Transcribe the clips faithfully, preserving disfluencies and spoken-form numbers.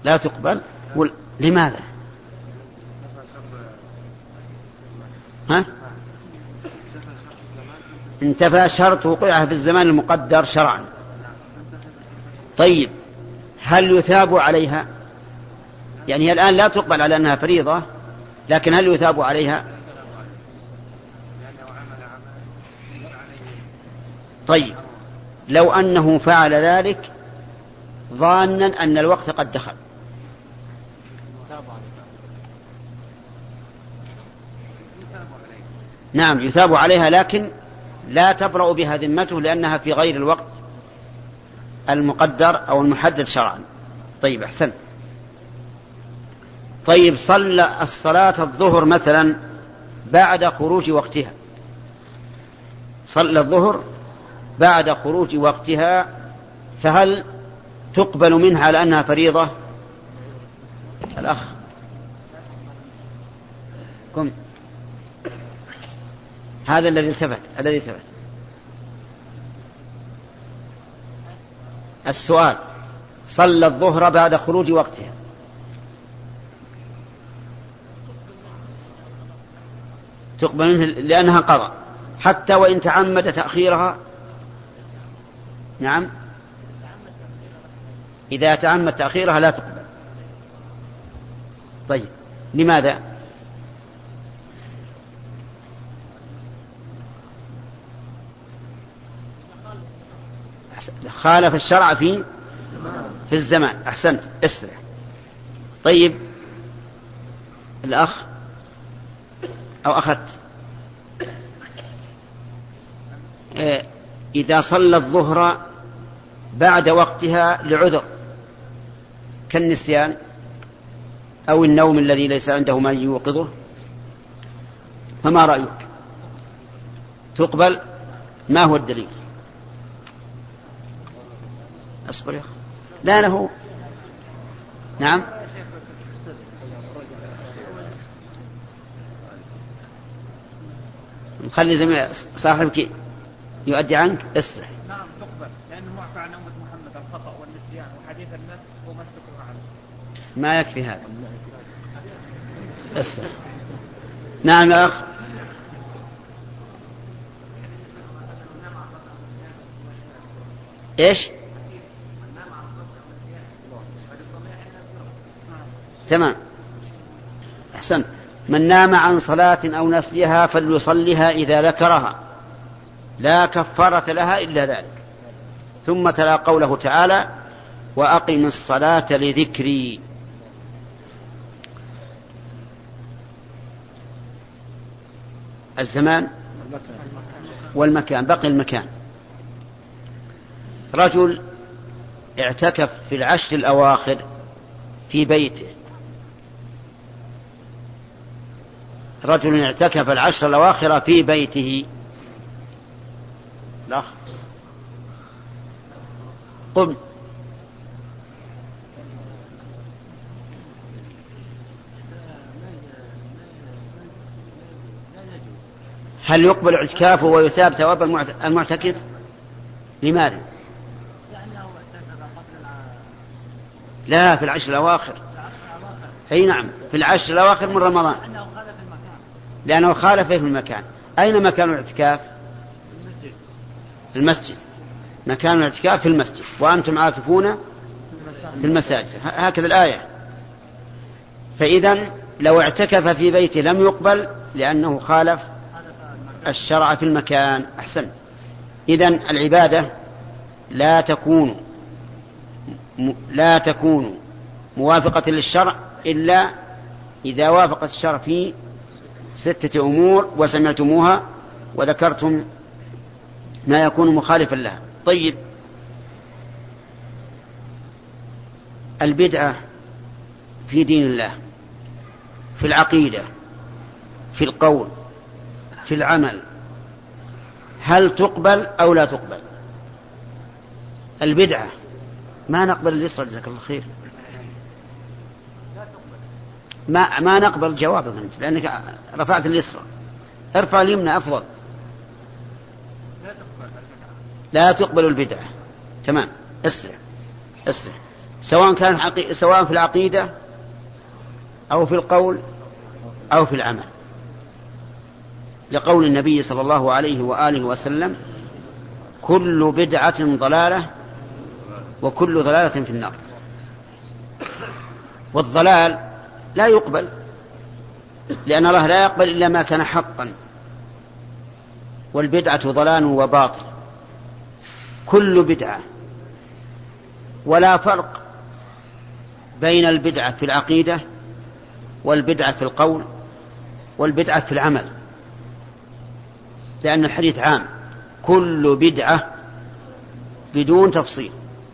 لا تقبل. لماذا؟ ها؟ انتفى شرط وقوعها في الزمان المقدر شرعا. طيب هل يثاب عليها؟ يعني الآن لا تقبل على أنها فريضة، لكن هل يثاب عليها؟ طيب لو أنه فعل ذلك ظانا أن الوقت قد دخل، نعم يثاب عليها، لكن لا تبرأ بها ذمته لأنها في غير الوقت المقدر أو المحدد شرعا. طيب أحسن. طيب صلى الصلاة الظهر مثلا بعد خروج وقتها، صلى الظهر بعد خروج وقتها، فهل تقبل منها على أنها فريضة؟ الأخ قم، هذا الذي التفت الذي التفت السؤال. صلى الظهر بعد خروج وقتها، تقبل منه لأنها قضى حتى وإن تعمد تأخيرها. نعم إذا تعمد تأخيرها لا تقبل. طيب لماذا؟ خالف الشرع في في الزمان. أحسنت اسرع. طيب الأخ أو أخذت إذا صلى الظهر بعد وقتها لعذر كالنسيان أو النوم الذي ليس عنده ما يوقظه، فما رأيك؟ تقبل؟ ما هو الدليل؟ أصبر يا أخي. لا له. نعم خلي زميل صاحبك يؤدي عنك. اسرع. نعم تقبل لأنه معفى عن أمة محمد الخطأ والنسيان وحديث النفس وما استكره عنه. ما يكفي هذا. اسرع. نعم يا أخ. إيش؟ تمام أحسن. من نام عن صلاة أو نسيها فليصلها إذا ذكرها لا كفارة لها إلا ذلك. ثم تلا قوله تعالى وأقم الصلاة لذكري. الزمان والمكان، بقي المكان. رجل اعتكف في العشر الأواخر في بيته، رجل اعتكف العشر الأواخر في بيته. لا قم. هل يقبل اعتكافه ويثاب ثواب المعتكف؟ لماذا؟ لا في العشر الأواخر. أي نعم في العشر الأواخر من رمضان، لأنه خالف في المكان. أين مكان الاعتكاف؟ في المسجد. مكان الاعتكاف في المسجد وأنتم عاكفون في المساجد، هكذا الآية. فإذا لو اعتكف في بيته لم يقبل لأنه خالف الشرع في المكان. أحسن. إذن العبادة لا تكون لا تكون موافقة للشرع إلا إذا وافقت الشرع في ستة أمور وسمعتموها وذكرتم ما يكون مخالفا لها. طيب البدعة في دين الله، في العقيدة، في القول، في العمل، هل تقبل أو لا تقبل؟ البدعة ما نقبل اليسرى جزاك الله خير. ما ما نقبل جوابك أنت لأنك رفعت اليسرى. ارفع اليمنى أفضل. لا تقبل البدعة. تمام. اسرع اسرع. سواء كان حقي... سواء في العقيدة أو في القول أو في العمل، لقول النبي صلى الله عليه وآله وسلم: كل بدعة ضلالة وكل ضلالة في النار. والضلال لا يقبل، لأن الله لا يقبل إلا ما كان حقا، والبدعة ضلال وباطل كل بدعة. ولا فرق بين البدعة في العقيدة والبدعة في القول والبدعة في العمل، لأن الحديث عام: كل بدعة بدون تفصيل.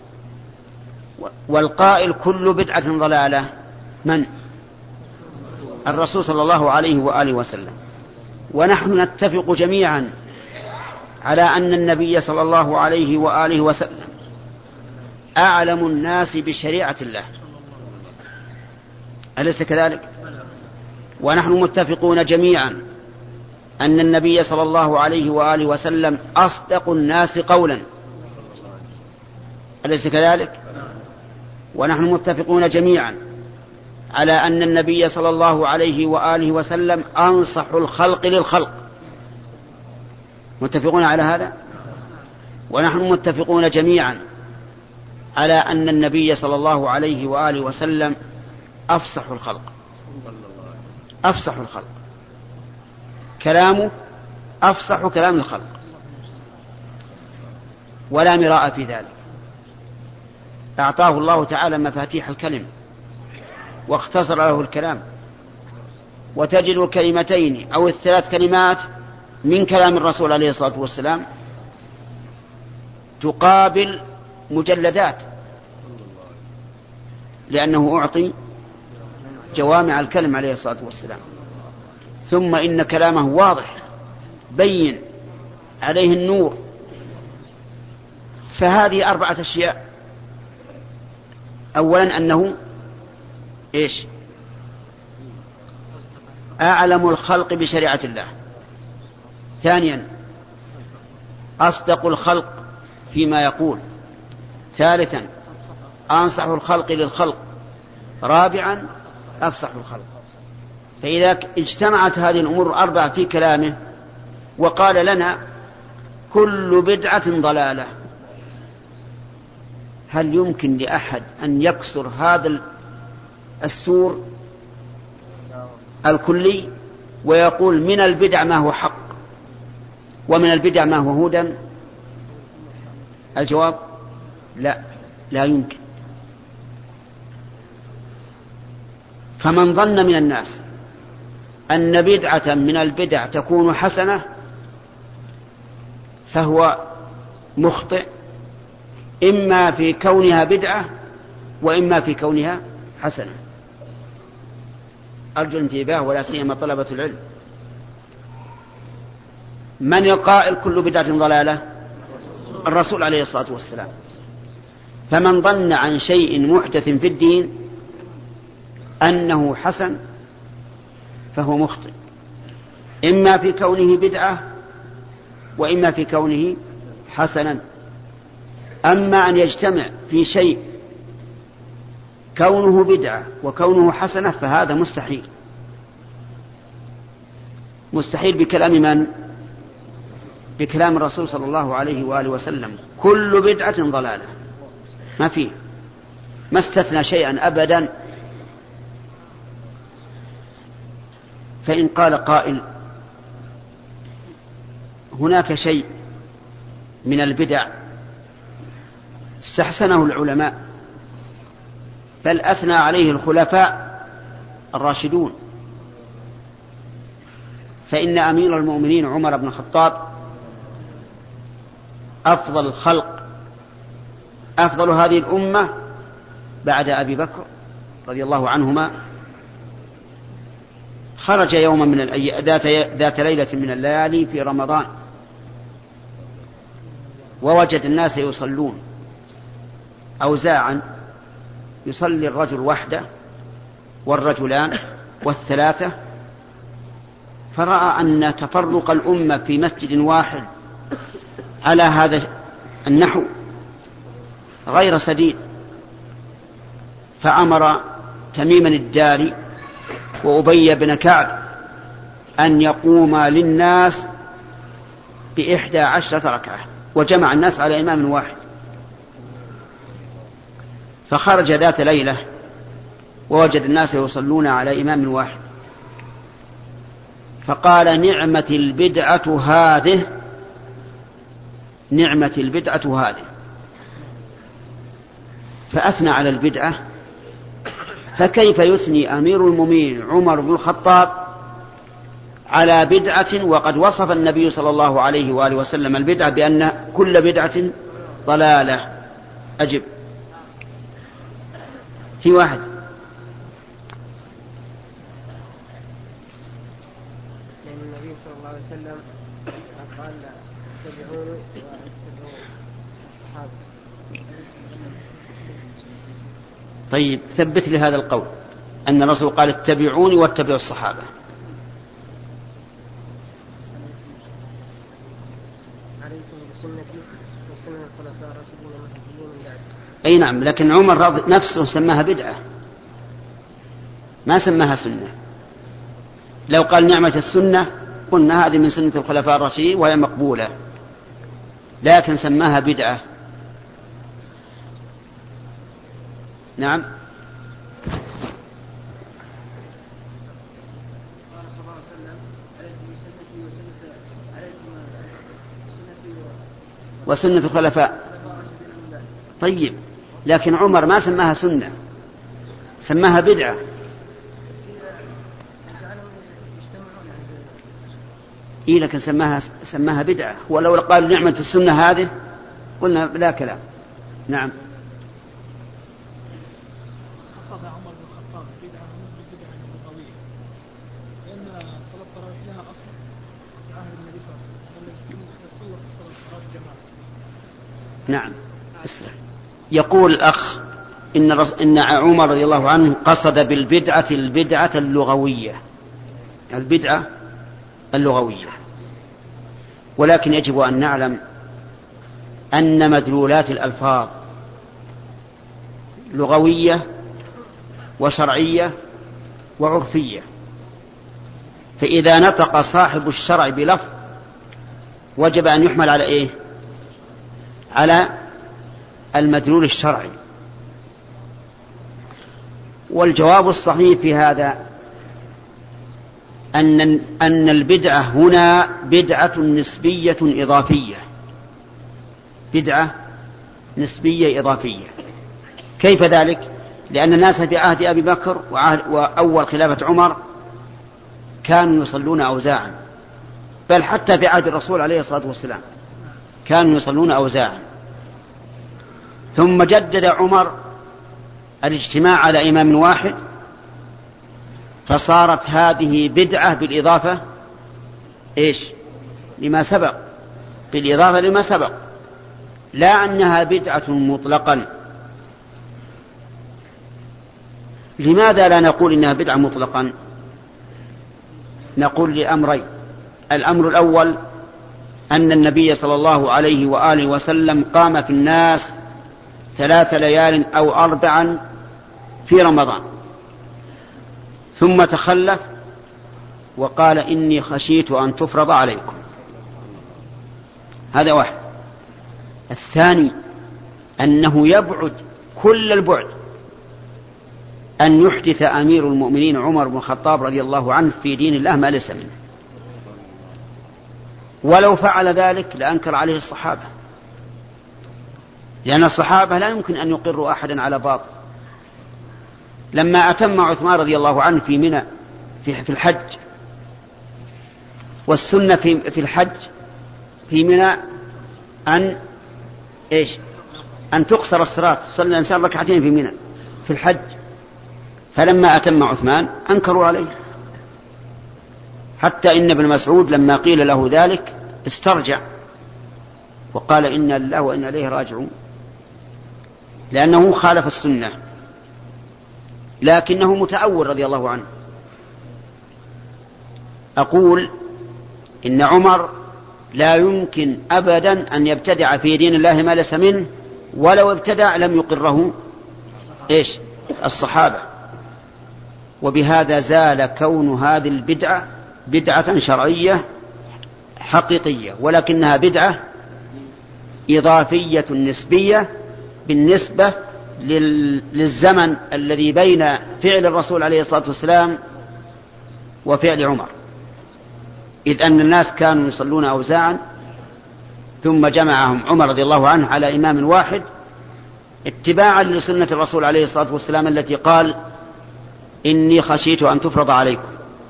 والقائل كل بدعة ضلالة من؟ الرسول صلى الله عليه وآله وسلم. ونحن نتفق جميعا على أن النبي صلى الله عليه وآله وسلم أعلم الناس بشريعة الله، أليس كذلك؟ ونحن متفقون جميعا أن النبي صلى الله عليه وآله وسلم أصدق الناس قولا، أليس كذلك؟ ونحن متفقون جميعا على أن النبي صلى الله عليه وآله وسلم أنصح الخلق للخلق، متفقون على هذا. ونحن متفقون جميعا على أن النبي صلى الله عليه وآله وسلم أفصح الخلق، أفصح الخلق، كلامه أفصح كلام الخلق، ولا مراء في ذلك. أعطاه الله تعالى مفاتيح الكلم واختصر له الكلام، وتجد الكلمتين أو الثلاث كلمات من كلام الرسول عليه الصلاة والسلام تقابل مجلدات، لأنه أعطي جوامع الكلم عليه الصلاة والسلام. ثم إن كلامه واضح بين عليه النور. فهذه أربعة أشياء: أولا أنه إيش؟ أعلم الخلق بشريعة الله. ثانيا أصدق الخلق فيما يقول. ثالثا أنصح الخلق للخلق. رابعا أفصح الخلق. فإذا اجتمعت هذه الأمور الأربعة في كلامه وقال لنا كل بدعة ضلالة، هل يمكن لأحد أن يكسر هذا السور الكلي ويقول من البدع ما هو حق ومن البدع ما هو هدى؟ الجواب لا، لا يمكن. فمن ظن من الناس أن بدعة من البدع تكون حسنة فهو مخطئ، إما في كونها بدعة وإما في كونها حسنة. أرجو الانتباه ولا سيما طلبة العلم. من القائل كل بدعة ضلالة؟ الرسول عليه الصلاة والسلام. فمن ظن عن شيء محدث في الدين أنه حسن فهو مخطئ، إما في كونه بدعة وإما في كونه حسنا. أما أن يجتمع في شيء كونه بدعة وكونه حسنة فهذا مستحيل. مستحيل بكلام من؟ بكلام الرسول صلى الله عليه وآله وسلم: كل بدعة ضلالة. ما فيه، ما استثنى شيئا أبدا. فإن قال قائل هناك شيء من البدع استحسنه العلماء بل أثنى عليه الخلفاء الراشدون، فإن أمير المؤمنين عمر بن الخطاب أفضل الخلق، أفضل هذه الأمة بعد أبي بكر رضي الله عنهما، خرج يوما من الأيام ذات, ذات ليلة من الليالي في رمضان ووجد الناس يصلون أوزاعا، يصلي الرجل وحده والرجلان والثلاثة، فرأى أن تفرق الأمة في مسجد واحد على هذا النحو غير سديد، فأمر تميما الداري وأبي بن كعب أن يقوما للناس بإحدى عشرة ركعة، وجمع الناس على إمام واحد. فخرج ذات ليلة ووجد الناس يصلون على إمام واحد، فقال: نعمة البدعة هذه، نعمة البدعة هذه، فأثنى على البدعة. فكيف يثني أمير المؤمنين عمر بن الخطاب على بدعة وقد وصف النبي صلى الله عليه وآله وسلم البدعة بأن كل بدعة ضلالة؟ أجب. في واحد لأن النبي صلى الله عليه وسلم قال: اتبعوني واتبعوا الصحابة. طيب، ثبت لي هذا القول أن الرسول قال: اتبعوني واتبعوا الصحابة. عليكم بسنتي وسنة الخلفاء الراشدين المهديين من بعد. أي نعم، لكن عمر نفسه سماها بدعة، ما سماها سنة. لو قال نعمة السنة قلنا هذه من سنة الخلفاء الراشدين وهي مقبولة، لكن سماها بدعة. نعم. وسنة الخلفاء. طيب، لكن عمر ما سماها سنة، سماها بدعة. إيه، لكن سماها سماها بدعة. ولو قال نعمة السنة هذه قلنا لا كلام. نعم. قصد عمر بن الخطاب بدعة من بدعة لغوية، لأن صلاة التراويح لها أصل في عهد النبي صلى الله عليه وسلم التي صلت صلاة التراويح جماعة. نعم. اسرع. يقول الأخ إن, إن عمر رضي الله عنه قصد بالبدعة البدعة اللغوية، البدعة اللغوية، ولكن يجب أن نعلم أن مدلولات الألفاظ لغوية وشرعية وعرفية. فإذا نطق صاحب الشرع بلفظ وجب أن يحمل على إيه؟ على المدلول الشرعي. والجواب الصحيح في هذا أن أن البدعة هنا بدعة نسبية إضافية، بدعة نسبية إضافية. كيف ذلك؟ لأن الناس في عهد أبي بكر وأول خلافة عمر كانوا يصلون أوزاعا، بل حتى في عهد الرسول عليه الصلاة والسلام كانوا يصلون أوزاعا. ثم جدد عمر الاجتماع على إمام واحد، فصارت هذه بدعة بالإضافة إيش؟ لما سبق، بالإضافة لما سبق، لا أنها بدعة مطلقا. لماذا لا نقول إنها بدعة مطلقا؟ نقول لأمرين. الأمر الأول أن النبي صلى الله عليه وآله وسلم قام في الناس ثلاث ليال أو أربعا في رمضان، ثم تخلف وقال: إني خشيت أن تفرض عليكم. هذا واحد. الثاني أنه يبعد كل البعد أن يحدث أمير المؤمنين عمر بن الخطاب رضي الله عنه في دين الله ما ليس منه، ولو فعل ذلك لأنكر عليه الصحابة، لأن الصحابة لا يمكن أن يقروا أحدا على باطل. لما أتم عثمان رضي الله عنه في منى في الحج، والسنة في في الحج في منى أن إيش؟ أن تقصر الصلاة، صلى الإنسان ركعتين في منى في الحج. فلما أتم عثمان أنكروا عليه، حتى إن ابن مسعود لما قيل له ذلك استرجع وقال: إنا لله وإنا إليه راجعون، لأنه خالف السنة، لكنه متأول رضي الله عنه. أقول إن عمر لا يمكن أبدا أن يبتدع في دين الله ما ليس منه، ولو ابتدع لم يقره إيش؟ الصحابة، وبهذا زال كون هذه البدعة بدعة شرعية حقيقية، ولكنها بدعة إضافية نسبية بالنسبة للزمن الذي بين فعل الرسول عليه الصلاة والسلام وفعل عمر، إذ أن الناس كانوا يصلون أوزاعا ثم جمعهم عمر رضي الله عنه على إمام واحد اتباعا لسنة الرسول عليه الصلاة والسلام التي قال إني خشيت أن تفرض عليكم.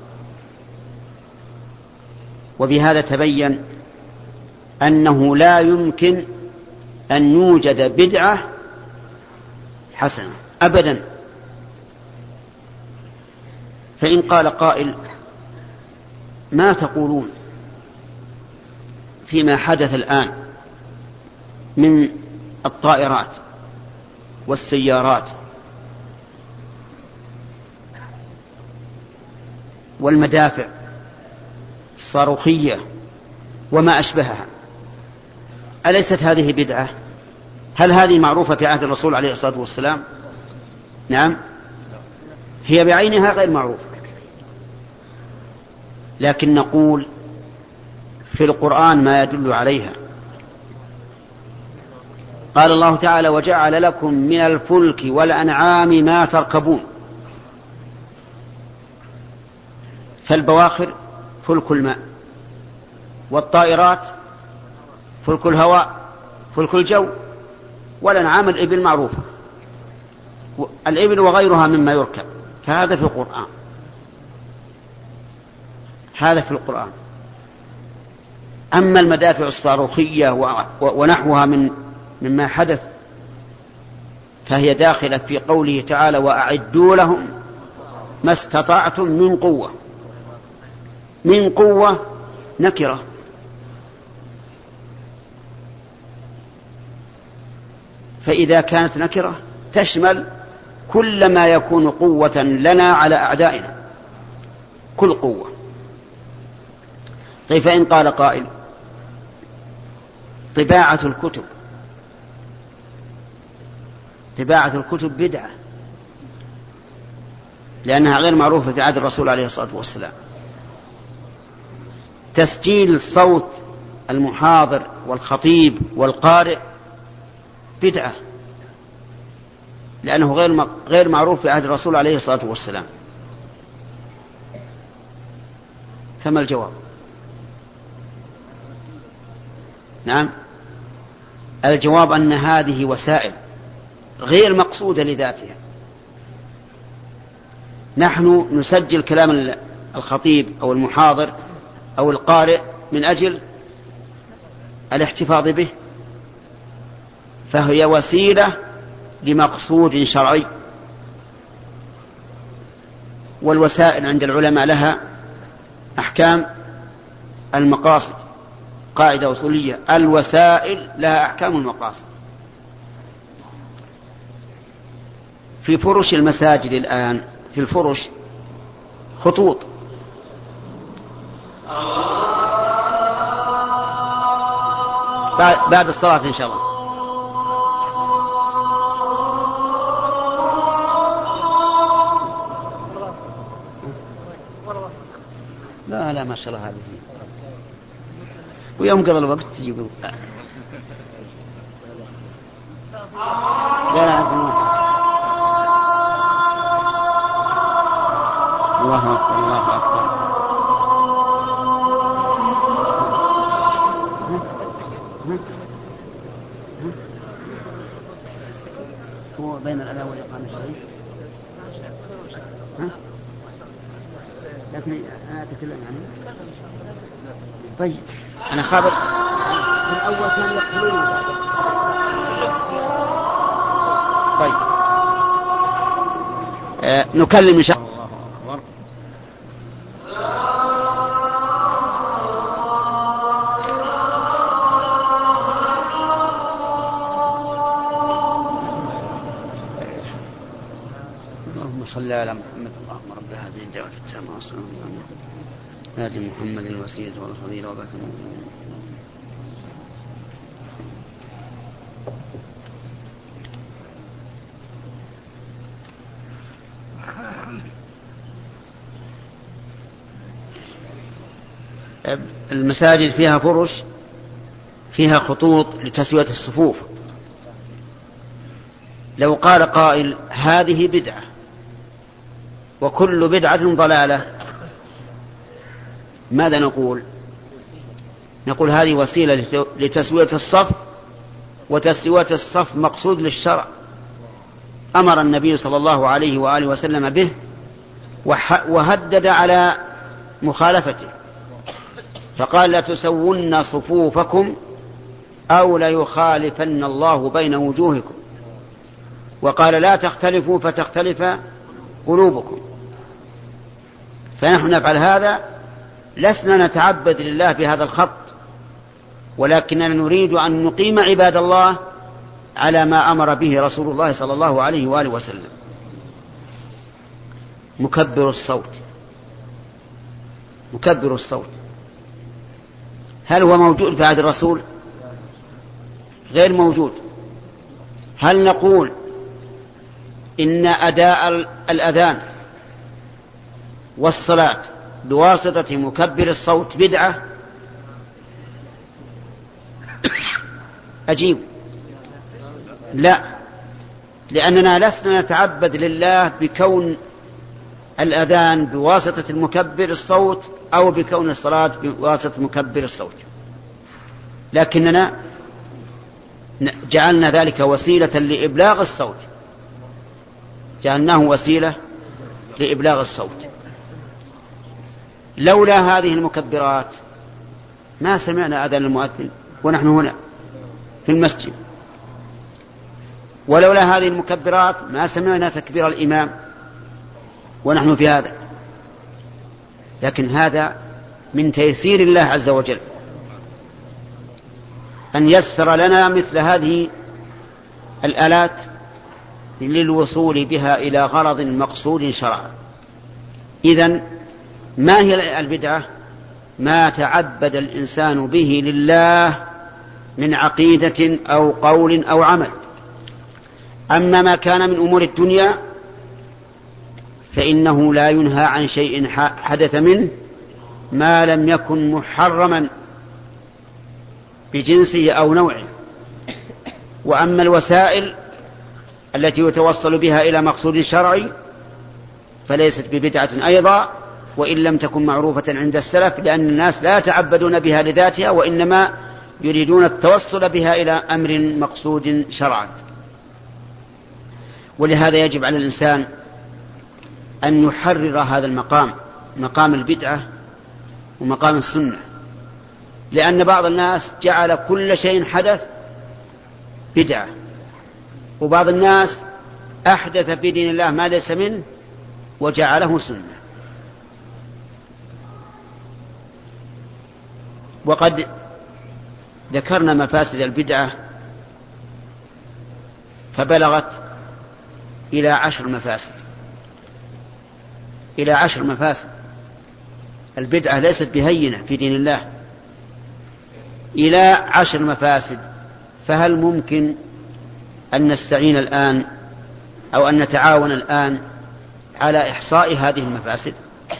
وبهذا تبين أنه لا يمكن أن يوجد بدعة حسنة أبدا. فإن قال قائل ما تقولون فيما حدث الآن من الطائرات والسيارات والمدافع الصاروخية وما أشبهها، أليست هذه بدعة؟ هل هذه معروفة في عهد الرسول عليه الصلاة والسلام؟ نعم، هي بعينها غير معروفة، لكن نقول في القرآن ما يدل عليها. قال الله تعالى وجعل لكم من الفلك والأنعام ما تركبون، فالبواخر فلك الماء، والطائرات فلك الهواء فلك الجو، والأنعام الإبل معروفة، الإبل وغيرها مما يركب، فهذا في القرآن، هذا في القرآن. أما المدافع الصاروخية ونحوها من مما حدث فهي داخلة في قوله تعالى وأعدوا لهم ما استطعتم من قوة. من قوة نكرة، فإذا كانت نكرة تشمل كل ما يكون قوة لنا على أعدائنا، كل قوة. طيب فإن قال قائل طباعة الكتب طباعة الكتب بدعة لأنها غير معروفة في عهد الرسول عليه الصلاة والسلام. تسجيل صوت المحاضر والخطيب والقارئ بدعة لأنه غير غير معروف في عهد الرسول عليه الصلاة والسلام. فما الجواب؟ نعم، الجواب أن هذه وسائل غير مقصودة لذاتها. نحن نسجل كلام الخطيب أو المحاضر أو القارئ من أجل الاحتفاظ به، فهي وسيلة لمقصود شرعي. والوسائل عند العلماء لها أحكام المقاصد، قاعدة أصولية الوسائل لها أحكام المقاصد. في فرش المساجد الآن في الفرش خطوط بعد الصلاة إن شاء الله. لا لا ما شاء الله هذا زين، ويوم قضى الوقت تجيبوا لا لا عفوا. الله أكبر الله أكبر. هو بين الأذان والإقامة الشريف، لكن أنا أتكلم يعني. طيب أنا خابر في الأول كان يقتلون. طيب آه نكلم إن شاء الله. صلى على محمد اللهم رب هذه الدعوة التامة والصلاة والسلام آت محمد الوسيلة والفضيلة وبعث المساجد فيها فرش فيها خطوط لتسوية الصفوف، لو قال قائل هذه بدعة وكل بدعة ضلالة، ماذا نقول؟ نقول هذه وسيلة لتسوية الصف، وتسوية الصف مقصود للشرع، أمر النبي صلى الله عليه وآله وسلم به وهدد على مخالفته، فقال لا تسون صفوفكم أو ليخالفن الله بين وجوهكم، وقال لا تختلفوا فتختلف قلوبكم. فنحن نفعل هذا، لسنا نتعبد لله بهذا الخط، ولكننا نريد أن نقيم عباد الله على ما أمر به رسول الله صلى الله عليه وآله وسلم. مكبر الصوت، مكبر الصوت هل هو موجود في عهد الرسول؟ غير موجود. هل نقول إن أداء الأذان والصلاة بواسطة مكبر الصوت بدعة؟ أجيب لا، لأننا لسنا نتعبد لله بكون الأذان بواسطة المكبر الصوت أو بكون الصلاة بواسطة مكبر الصوت، لكننا جعلنا ذلك وسيلة لإبلاغ الصوت، جعلناه وسيلة لإبلاغ الصوت. لولا هذه المكبرات ما سمعنا أذان المؤذن ونحن هنا في المسجد، ولولا هذه المكبرات ما سمعنا تكبير الإمام ونحن في هذا. لكن هذا من تيسير الله عز وجل أن يسر لنا مثل هذه الآلات للوصول بها إلى غرض مقصود شرعا. إذن ما هي البدعة؟ ما تعبد الإنسان به لله من عقيدة أو قول أو عمل. أما ما كان من أمور الدنيا فإنه لا ينهى عن شيء حدث منه ما لم يكن محرما بجنسه أو نوعه. وأما الوسائل التي يتوصل بها إلى مقصود شرعي فليست ببدعة أيضا، وإن لم تكن معروفة عند السلف، لأن الناس لا يتعبدون بها لذاتها وإنما يريدون التوصل بها إلى أمر مقصود شرعا. ولهذا يجب على الإنسان أن يحرر هذا المقام، مقام البدعة ومقام السنة، لأن بعض الناس جعل كل شيء حدث بدعة، وبعض الناس أحدث في دين الله ما ليس منه وجعله سنة. وقد ذكرنا مفاسد البدعة فبلغت إلى عشر مفاسد، إلى عشر مفاسد. البدعة ليست بهينة في دين الله، إلى عشر مفاسد. فهل ممكن أن نستعين الآن أو أن نتعاون الآن على إحصاء هذه المفاسد؟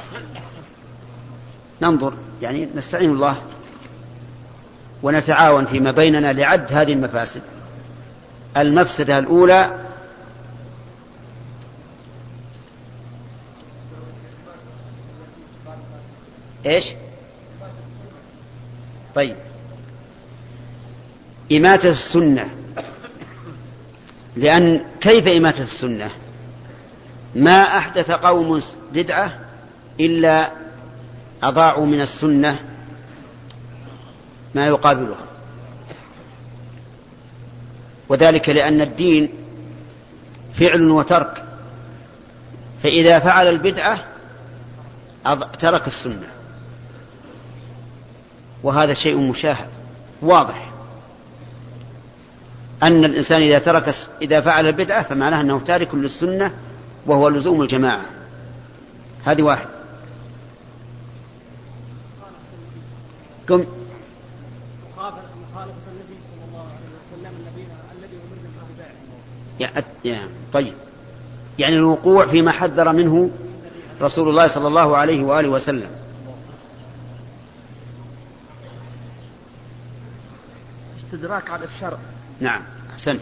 ننظر، يعني نستعين الله ونتعاون فيما بيننا لعد هذه المفاسد. المفسدة الأولى إيش؟ طيب، إماتة السنة. لأن كيف إماتة السنة؟ ما أحدث قوم بدعة إلا أضاعوا من السنة ما يقابلها، وذلك لأن الدين فعل وترك، فإذا فعل البدعة ترك السنة، وهذا شيء مشاهد واضح أن الإنسان إذا ترك إذا فعل البدعة فمعناه أنه تارك للسنة وهو لزوم الجماعة. هذه واحد. قم مخالفة النبي صلى الله عليه وسلم الذي الذي أمرنا باتباعه. يا طيب، يعني الوقوع فيما حذر منه رسول الله صلى الله عليه وآله وسلم. الاستدراك على الشرع. نعم أحسنت،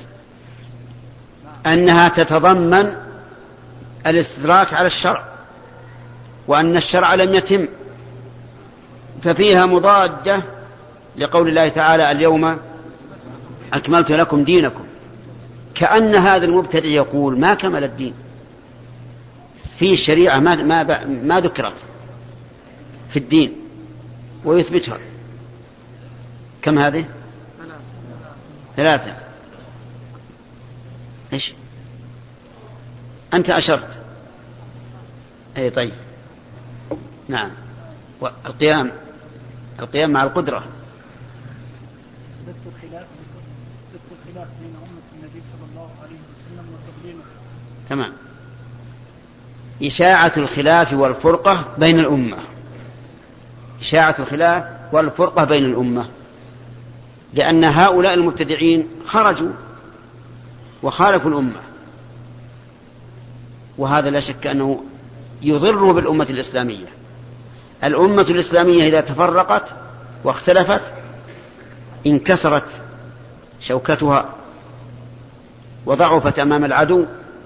أنها تتضمن الاستدراك على الشرع، وأن الشرع لم يتم، ففيها مضادة لقول الله تعالى اليوم أكملت لكم دينكم، كأن هذا المبتدع يقول ما كمل الدين في شريعة ما, ما, ما ذكرت في الدين ويثبتها. كم هذه؟ ثلاثة. إيش أنت أشرت؟ أي طيب نعم. والقيام، القيام مع القدرة. ضد الخلاف ضد الخلاف بين أمة النبي صلى الله عليه وسلم وتقديمه. تمام. إشاعة الخلاف والفرقة بين الأمة، إشاعة الخلاف والفرقة بين الأمة، لأن هؤلاء المبتدعين خرجوا وخالفوا الأمة، وهذا لا شك أنه يضر بالأمة الإسلامية. الأمة الإسلامية إذا تفرقت واختلفت انكسرت شوكتها وضعفت أمام العدو.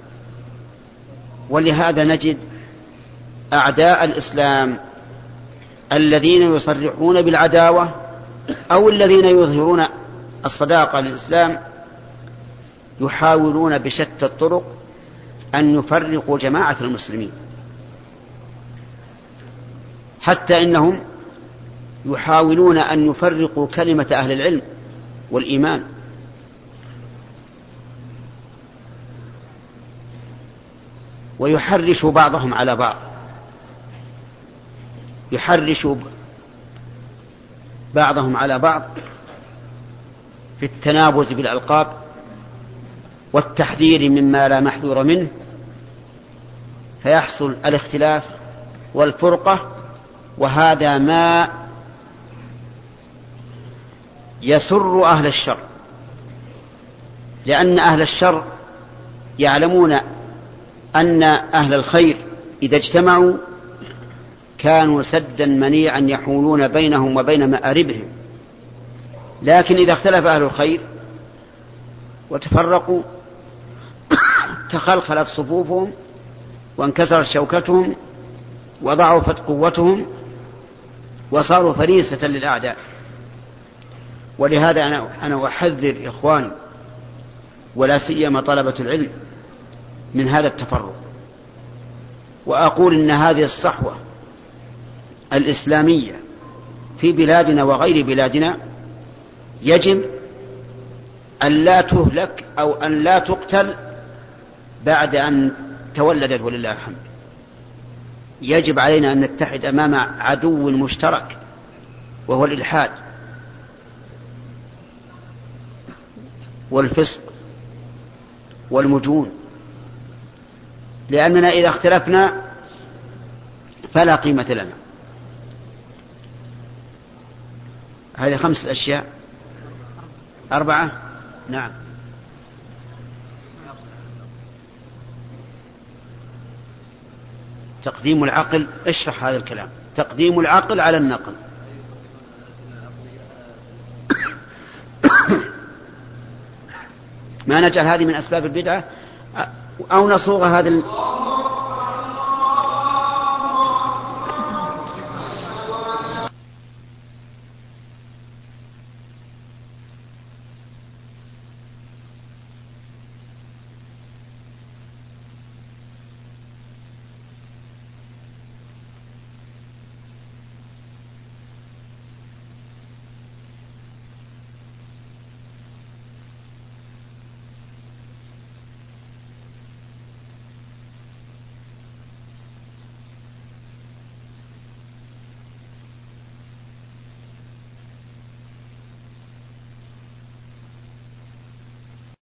ولهذا نجد أعداء الإسلام الذين يصرحون بالعداوة أو الذين يظهرون الصداقة للإسلام يحاولون بشتى الطرق أن يفرقوا جماعة المسلمين، حتى إنهم يحاولون أن يفرقوا كلمة أهل العلم والإيمان. ويحرش بعضهم على بعض، يحرش بعضهم على بعض في التنابز بالألقاب والتحذير مما لا محذور منه، فيحصل الاختلاف والفرقة. وهذا ما يسر أهل الشر، لأن أهل الشر يعلمون أن أهل الخير إذا اجتمعوا كانوا سدا منيعا يحولون بينهم وبين مآربهم، لكن إذا اختلف أهل الخير وتفرقوا تخلخلت صفوفهم وانكسرت شوكتهم وضعفت قوتهم وصاروا فريسة للأعداء. ولهذا أنا, أنا أحذر إخواني ولا سيما طلبة العلم من هذا التفرق، وأقول إن هذه الصحوة الإسلامية في بلادنا وغير بلادنا يجب أن لا تهلك أو أن لا تقتل بعد أن تولدت ولله الحمد. يجب علينا أن نتحد أمام عدو مشترك وهو الإلحاد والفسق والمجون، لأننا إذا اختلفنا فلا قيمة لنا. هذه خمس أشياء. أربعة. نعم. تقديم العقل، اشرح هذا الكلام. تقديم العقل على النقل. ما نجعل هذه من أسباب البدعة أو نصوغ هذا